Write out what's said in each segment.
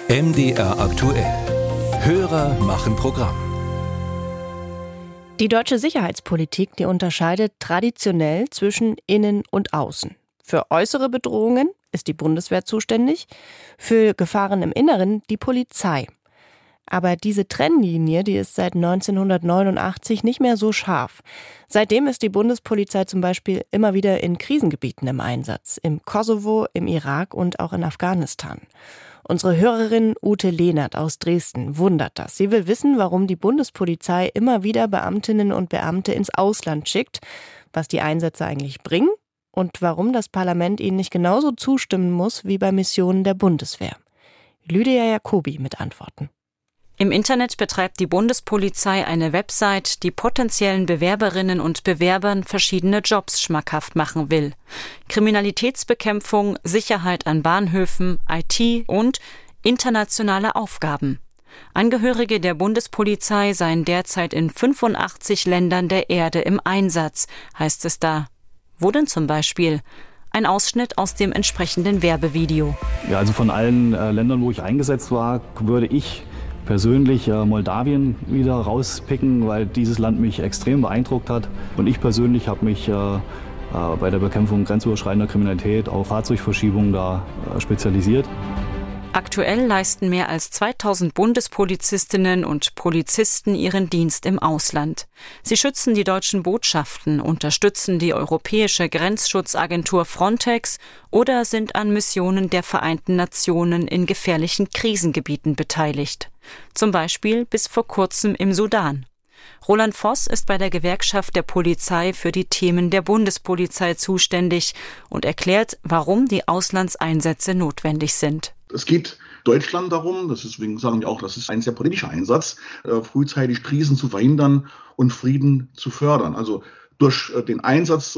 MDR aktuell. Hörer machen Programm. Die deutsche Sicherheitspolitik, die unterscheidet traditionell zwischen Innen und Außen. Für äußere Bedrohungen ist die Bundeswehr zuständig, für Gefahren im Inneren die Polizei. Aber diese Trennlinie, die ist seit 1989 nicht mehr so scharf. Seitdem ist die Bundespolizei zum Beispiel immer wieder in Krisengebieten im Einsatz. Im Kosovo, im Irak und auch in Afghanistan. Unsere Hörerin Ute Lehnert aus Dresden wundert das. Sie will wissen, warum die Bundespolizei immer wieder Beamtinnen und Beamte ins Ausland schickt, was die Einsätze eigentlich bringen und warum das Parlament ihnen nicht genauso zustimmen muss wie bei Missionen der Bundeswehr. Lydia Jacobi mit Antworten. Im Internet betreibt die Bundespolizei eine Website, die potenziellen Bewerberinnen und Bewerbern verschiedene Jobs schmackhaft machen will. Kriminalitätsbekämpfung, Sicherheit an Bahnhöfen, IT und internationale Aufgaben. Angehörige der Bundespolizei seien derzeit in 85 Ländern der Erde im Einsatz, heißt es da. Wo denn zum Beispiel? Ein Ausschnitt aus dem entsprechenden Werbevideo. Ja, also von allen Ländern, wo ich eingesetzt war, würde ich persönlich Moldawien wieder rauspicken, weil dieses Land mich extrem beeindruckt hat. Und ich persönlich habe mich bei der Bekämpfung grenzüberschreitender Kriminalität auf Fahrzeugverschiebung da spezialisiert. Aktuell leisten mehr als 2000 Bundespolizistinnen und Polizisten ihren Dienst im Ausland. Sie schützen die deutschen Botschaften, unterstützen die europäische Grenzschutzagentur Frontex oder sind an Missionen der Vereinten Nationen in gefährlichen Krisengebieten beteiligt. Zum Beispiel bis vor kurzem im Sudan. Roland Voss ist bei der Gewerkschaft der Polizei für die Themen der Bundespolizei zuständig und erklärt, warum die Auslandseinsätze notwendig sind. Es geht Deutschland darum, deswegen sagen wir auch, das ist ein sehr politischer Einsatz, frühzeitig Krisen zu verhindern und Frieden zu fördern. Also durch den Einsatz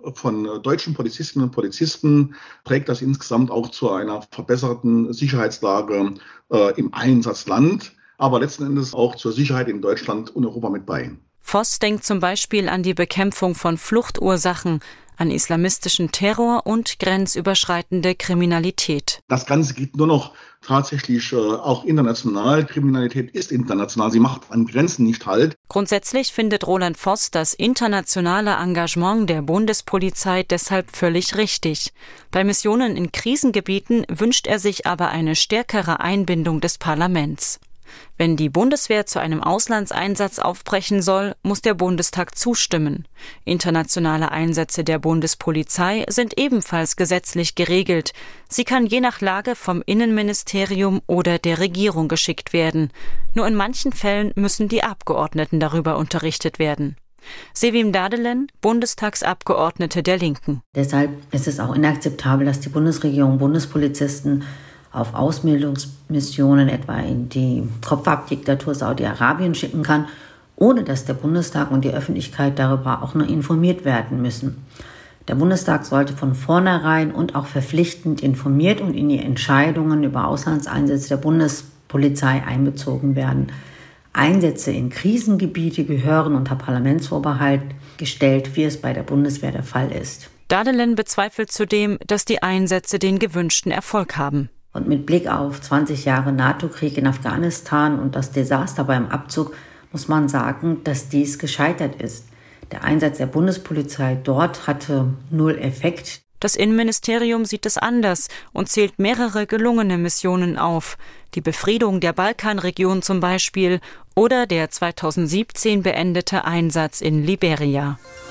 von deutschen Polizistinnen und Polizisten trägt das insgesamt auch zu einer verbesserten Sicherheitslage im Einsatzland, aber letzten Endes auch zur Sicherheit in Deutschland und Europa mit bei. Voss denkt zum Beispiel an die Bekämpfung von Fluchtursachen, an islamistischen Terror und grenzüberschreitende Kriminalität. Das Ganze geht nur noch tatsächlich auch international. Kriminalität ist international, sie macht an Grenzen nicht Halt. Grundsätzlich findet Roland Voss das internationale Engagement der Bundespolizei deshalb völlig richtig. Bei Missionen in Krisengebieten wünscht er sich aber eine stärkere Einbindung des Parlaments. Wenn die Bundeswehr zu einem Auslandseinsatz aufbrechen soll, muss der Bundestag zustimmen. Internationale Einsätze der Bundespolizei sind ebenfalls gesetzlich geregelt. Sie kann je nach Lage vom Innenministerium oder der Regierung geschickt werden. Nur in manchen Fällen müssen die Abgeordneten darüber unterrichtet werden. Sevim Dadelen, Bundestagsabgeordnete der Linken. Deshalb ist es auch inakzeptabel, dass die Bundesregierung Bundespolizisten auf Ausbildungsmissionen etwa in die Kopfabdiktatur Saudi-Arabien schicken kann, ohne dass der Bundestag und die Öffentlichkeit darüber auch nur informiert werden müssen. Der Bundestag sollte von vornherein und auch verpflichtend informiert und in die Entscheidungen über Auslandseinsätze der Bundespolizei einbezogen werden. Einsätze in Krisengebiete gehören unter Parlamentsvorbehalt gestellt, wie es bei der Bundeswehr der Fall ist. Dadelen bezweifelt zudem, dass die Einsätze den gewünschten Erfolg haben. Und mit Blick auf 20 Jahre NATO-Krieg in Afghanistan und das Desaster beim Abzug muss man sagen, dass dies gescheitert ist. Der Einsatz der Bundespolizei dort hatte null Effekt. Das Innenministerium sieht es anders und zählt mehrere gelungene Missionen auf. Die Befriedung der Balkanregion zum Beispiel oder der 2017 beendete Einsatz in Liberia.